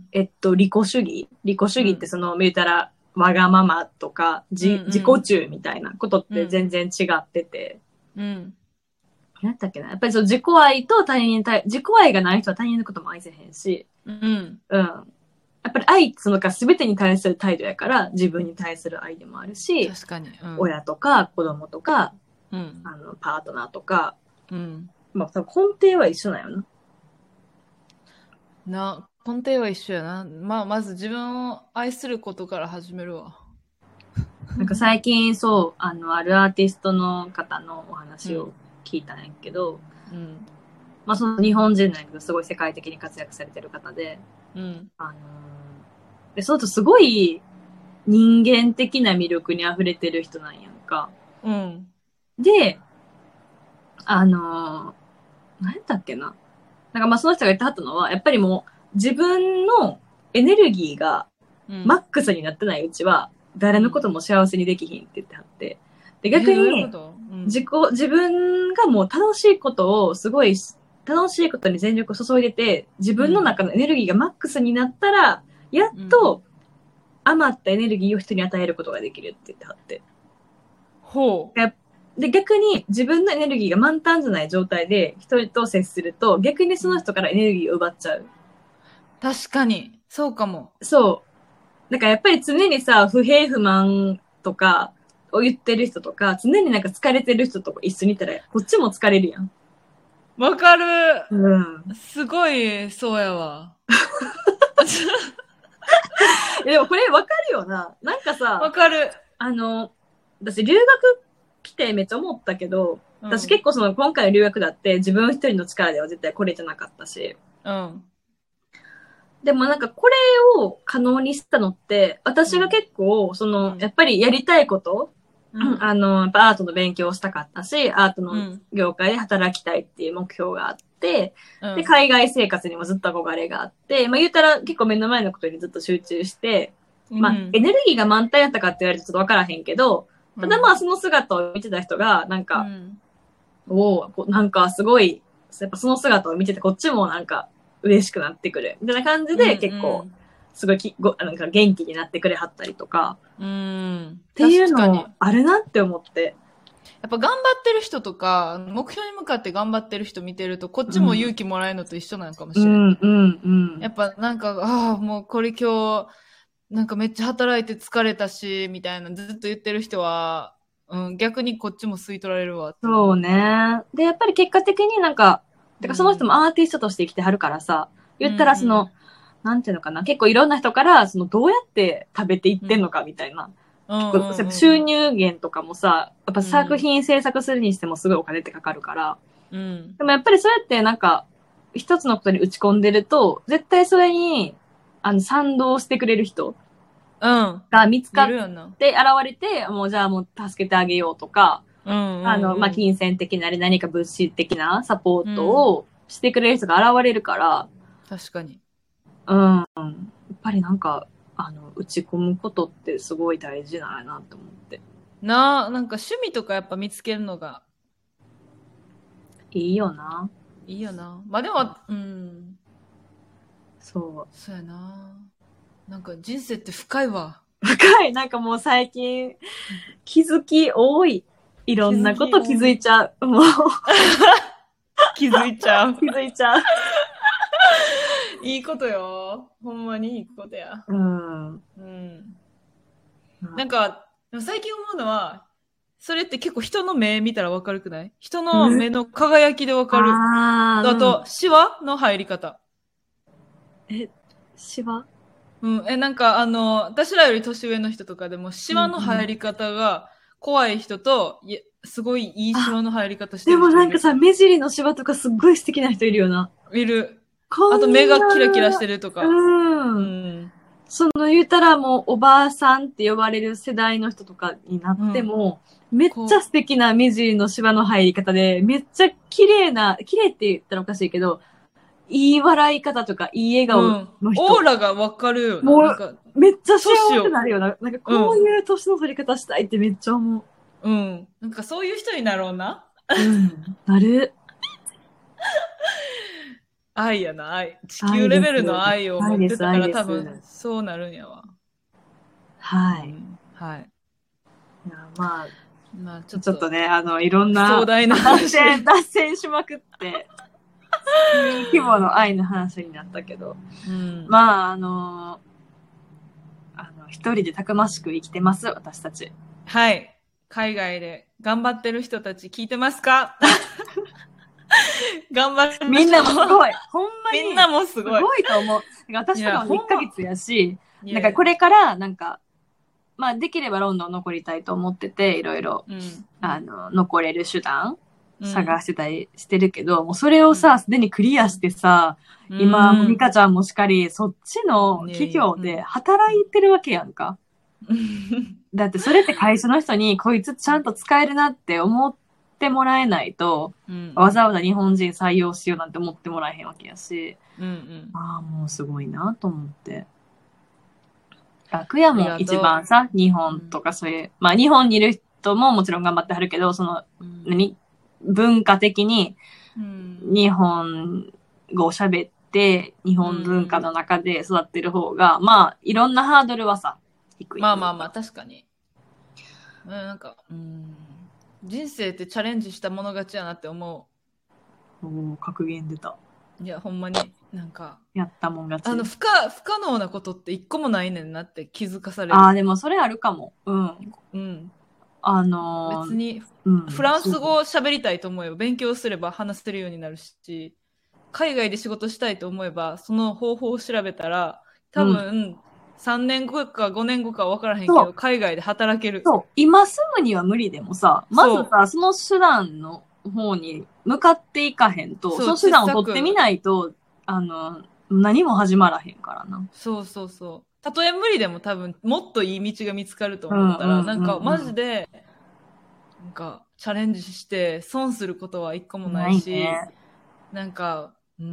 えっと、利己主義利己主義ってその、見たら、わがままとか、じ、うんうん、自己中みたいなことって全然違ってて。うん。何だっけなやっぱりその自己愛と他人に対、自己愛がない人は他人のことも愛せへんし。うん。うん。やっぱり愛ってそのか全てに対する態度やから、自分に対する愛でもあるし。 確かに。 うん、親とか子供とか、うん。あの、パートナーとか。うん。まあ、多分根底は一緒なんよな。 な、根底は一緒やな。まあ、まず自分を愛することから始めるわ。 なんか最近そう、あの、あるアーティストの方のお話を聞いたんやけど、うん。まあ、その日本人なんやけど、すごい世界的に活躍されてる方で、うん。あのー、で、その人すごい人間的な魅力に溢れてる人なんやんか。うん。で、あのー、何やったっけな。なんかまあその人が言ってはったのは、やっぱりもう自分のエネルギーがマックスになってないうちは、誰のことも幸せにできひんって言ってはって。で、逆に、自己、自分がもう楽しいことをすごい、楽しいことに全力を注いでて、自分の中のエネルギーがマックスになったら、やっと余ったエネルギーを人に与えることができるって言ってはって。ほう。で、逆に自分のエネルギーが満タンじゃない状態で人と接すると、逆にその人からエネルギーを奪っちゃう。 確かに。そうかも。 そう。だからやっぱり常にさ、不平不満とかを言ってる人とか、常になんか疲れてる人と一緒にいたら、こっちも疲れるやん。 わかる。うん。すごい、そうやわ。 でもこれわかるよな。なんかさ、 わかる。 あの、私留学来てめっちゃ思ったけど、うん、私結構その今回の留学だって自分一人の力では絶対来れてなかったし。うん。でもなんかこれを可能にしたのって、私が結構、その、やっぱりやりたいこと、うん、あの、やっぱアートの勉強をしたかったし、アートの業界で働きたいっていう目標があって、うん、で、海外生活にもずっと憧れがあって、まあ言ったら結構目の前のことにずっと集中して、まあ、うん、エネルギーが満タンやったかって言われるとちょっとわからへんけど、ただまあその姿を見てた人が、なんか、うん、おおなんかすごい、やっぱその姿を見ててこっちもなんか嬉しくなってくる。みたいな感じで結構、すごいきごなんか元気になってくれはったりとか、うん、っていうのあるなって思って。 やっぱ頑張ってる人とか、目標に向かって頑張ってる人見てると、こっちも勇気もらえるのと一緒なのかもしれない。うんうんうん、やっぱなんか、ああ、もうこれ今日、なんかめっちゃ働いて疲れたし、みたいなずっと言ってる人は、うん、逆にこっちも吸い取られるわ。 そうね。で、やっぱり結果的になんか、てかその人もアーティストとして生きてはるからさ、言ったらその、うんうん、なんていうのかな、結構いろんな人から、そのどうやって食べていってんのかみたいな。うん、結構収入源とかもさ、やっぱ作品制作するにしてもすごいお金ってかかるから。うん、でもやっぱりそうやってなんか、一つのことに打ち込んでると、絶対それに、あの、賛同してくれる人が見つかって現れて、もうじゃあもう助けてあげようとか、うんうんうん、あの、まあ、金銭的なり何か物資的なサポートをしてくれる人が現れるから。 うん、確かに。 うん。やっぱりなんか、あの、打ち込むことってすごい大事なんやなと思って。 なあ、なんか趣味とかやっぱ見つけるのが。 いいよな。 いいよな。まあでも、うん。 そう。 そうやな。なんか人生って深いわ。 深い。なんかもう最近、気づき多い。いろんなこと気づいちゃう。もう。 気づいちゃう。 気づいちゃう。 いいことよ。ほんまにいいことや。うん。うん。なんか、最近思うのは、それって結構人の目見たらわかるくない？人の目の輝きでわかる。あ, あと、シワの入り方。 え、シワ？ うん。え、なんかあの、私らより年上の人とかでも、シワの入り方が怖い人と、いやすごいいいシワの入り方してる人いる。 でもなんかさ、目尻のシワとかすっごい素敵な人いるよな。 いる。あと目がキラキラしてるとか。うん。 うん。その言うたらもうおばあさんって呼ばれる世代の人とかになっても、うん、めっちゃ素敵な目尻のシワの入り方で、めっちゃ綺麗な、綺麗って言ったらおかしいけど、いい笑い方とか、いい笑顔の人。 うん、オーラがわかるよな。 もう、なんかめっちゃ幸せになるよな。なんかこういう年の取り方したいってめっちゃ思う。 うん。なんかそういう人になろうな。 うん。なる。 愛やな、愛。地球レベルの愛を持ってたから多分そうなるんやわ。 はい。うん、 はい。 いや、まあ、 まあちょっと、 ちょっとね、あの、いろんな、 壮大な脱線、脱線しまくって、規模の愛の話になったけど、うん、まあ、あの、あの、一人でたくましく生きてます、私たち。 はい。海外で頑張ってる人たち聞いてますか？頑張ってみんなもすごい。ほんまに。 みんなもすごい。 すごいと思う。私とかもいっかげつやし、なんかこれから、なんか、まあできればロンドン残りたいと思ってて、いろいろ、うん、あの、残れる手段探してたりしてるけど、うん、もうそれをさ、すでにクリアしてさ、うん、今、ミカちゃんもしかり、そっちの企業で働いてるわけやんか。うん、だってそれって会社の人に、こいつちゃんと使えるなって思って、ってもらえないと、うん、わざわざ日本人採用しようなんて思ってもらえへんわけやし、うんうん、ああ、もうすごいなと思って。楽屋も一番さ、日本とかそういう、うん、まあ日本にいる人ももちろん頑張ってはるけど、その、うん、何文化的に日本語を喋って、日本文化の中で育ってる方が、うん、まあいろんなハードルはさ、低い。 まあまあまあ、確かに。なんか、うん人生ってチャレンジしたもの勝ちやなって思う。おー、格言出た。 いや、ほんまに、なんか。 やったもん勝ち。 あの、不可、不可能なことって一個もないねんなって気づかされる。 ああ、でもそれあるかも。うん。 うん。 あのー、別に、うん、フランス語を喋りたいと思えば、勉強すれば話せるようになるし、海外で仕事したいと思えば、その方法を調べたら、多分、うんさんねんごかごねんごか分からへんけど、海外で働ける。 そう。今すぐには無理でもさ、まずさ、その手段の方に向かっていかへんと、その手段を取ってみないと、あの、何も始まらへんからな。 そうそうそう。たとえ無理でも多分、もっといい道が見つかると思ったら、うんうんうんうん、なんかマジで、なんかチャレンジして損することは一個もないし、ないね、なんか、うん。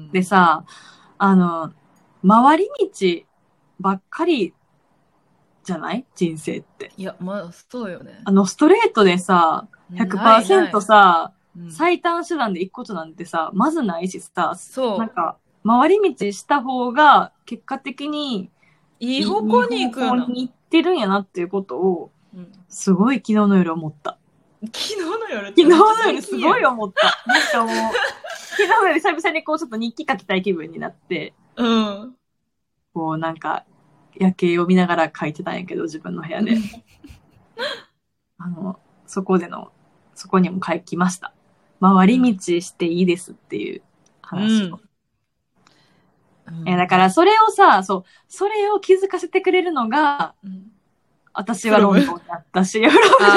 でさ、あの、回り道ばっかりじゃない人生って。 いや、まあ、そうよね。 あの、ストレートでさ、ひゃくパーセント さ、うん、最短手段で行くことなんてさ、まずないしさ、そう。なんか、回り道した方が、結果的に、 いい方向に行くよ。いい方向に行ってるんやなっていうことを、うん、すごい昨日の夜思った。 昨日の夜昨日の夜すごい思った。なんかもう、昨日の夜久々にこうちょっと日記書きたい気分になって、 うん。 こうなんか、夜景を見ながら書いてたんやけど、自分の部屋で。あの、そこでの、そこにも書きました。回り道していいですっていう話を。うんうん、えだからそれをさ、そう、それを気づかせてくれるのが、うん、私はロンドンだったし、ロン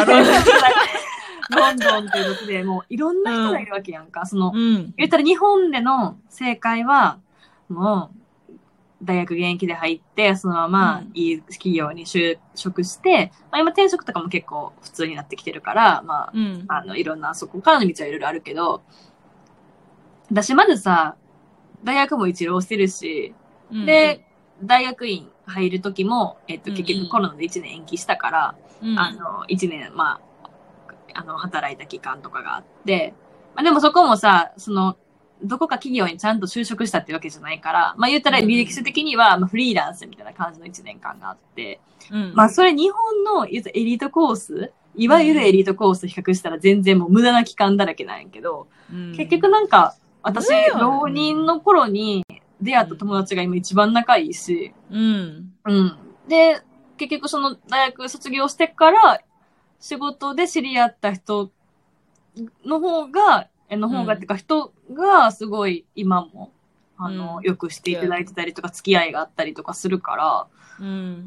ドンっていうことでもういろんな人がいるわけやんか。うん、その、うん、言ったら日本での正解は、もう、大学現役で入って、そのままいい企業に就職して、うん、まあ今転職とかも結構普通になってきてるから、まあ、うん、あの、いろんなそこからの道はいろいろあるけど、私まずさ、大学も一浪してるし、うん、で、大学院入る時も、えっと、結局コロナでいちねん延期したから、うん、あの、いちねん、まあ、あの、働いた期間とかがあって、まあでもそこもさ、その、どこか企業にちゃんと就職したってわけじゃないから、まあ言ったら履歴書的には、まあフリーランスみたいな感じのいちねんかんがあって、うん、まあそれ日本のエリートコース、いわゆるエリートコースと比較したら全然もう無駄な期間だらけなんやけど、うん、結局なんか、私、浪人の頃に出会った友達が今一番仲いいし、うん。うん。で、結局その大学卒業してから仕事で知り合った人の方が、の方が、うん、ってか人がすごい今も、あの、うん、よくしていただいてたりとか、付き合いがあったりとかするから、うん、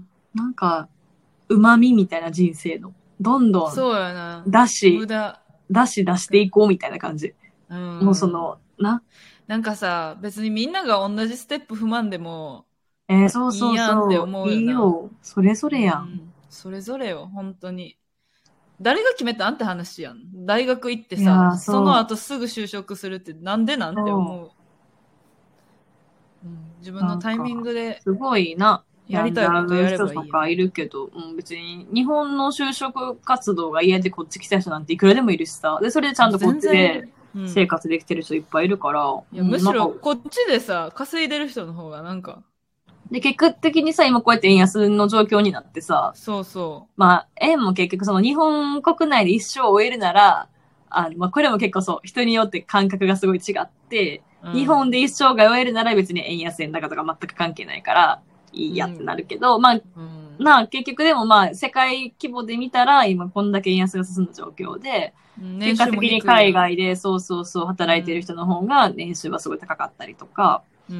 なんか、旨味みたいな人生の、どんどん、 そうやな。 出し、出し出していこうみたいな感じ。うん、もうその、な。 なんかさ、別にみんなが同じステップ踏まんでも、 えー、そうそうそう。いいやんって思うよな。 いいよ。それぞれやん。うん、 それぞれよ、本当に。誰が決めたんって話やん。大学行ってさ、そ, その後すぐ就職するってなんでなんて思う。うん、自分のタイミングで。 すごいな。やりたいことやればいい。人とかいるけど、うん、別に日本の就職活動が嫌でこっち来た人なんていくらでもいるしさ。で、それでちゃんとこっちで生活できてる人いっぱいいるから。うん、 いやむしろこっちでさ、稼いでる人の方がなんか。 で、結果的にさ、今こうやって円安の状況になってさ。 そうそう。 まあ、円も結局その日本国内で一生終えるなら、あの、まあ、これも結構そう、人によって感覚がすごい違って、うん、日本で一生が終えるなら別に円安円高とか全く関係ないから、いいやってなるけど、うん、まあ、うん、なあ、結局でもまあ、世界規模で見たら、今こんだけ円安が進んだ状況で、結果的に海外でそうそうそう働いてる人の方が年収はすごい高かったりとか、うん、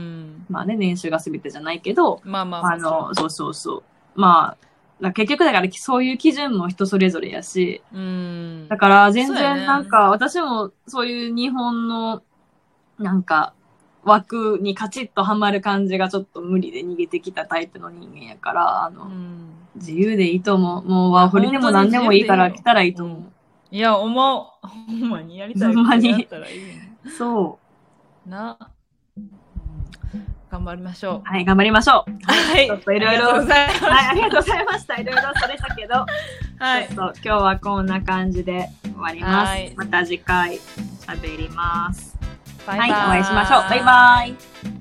まあね、年収が全てじゃないけど、まあまあ、あの、そうそうそう。まあ、結局だからそういう基準も人それぞれやし、うん、だから全然なんか、ね、私もそういう日本のなんか枠にカチッとはまる感じがちょっと無理で逃げてきたタイプの人間やから、あの、うん、自由でいいと思う。もうワーホリでも何でもいいから来たらいいと思う。うん、 いや、思う。ほんまにやりたいことやったらいい、ね。 そう。 な。頑張りましょう。 はい、頑張りましょう。 はい。 ちょっといろいろ。はい、ありがとうございました。いろいろそれたけど。はい。ちょっと今日はこんな感じで終わります。はい、また次回喋ります。 バイバイ。 はい、お会いしましょう。バイバイ。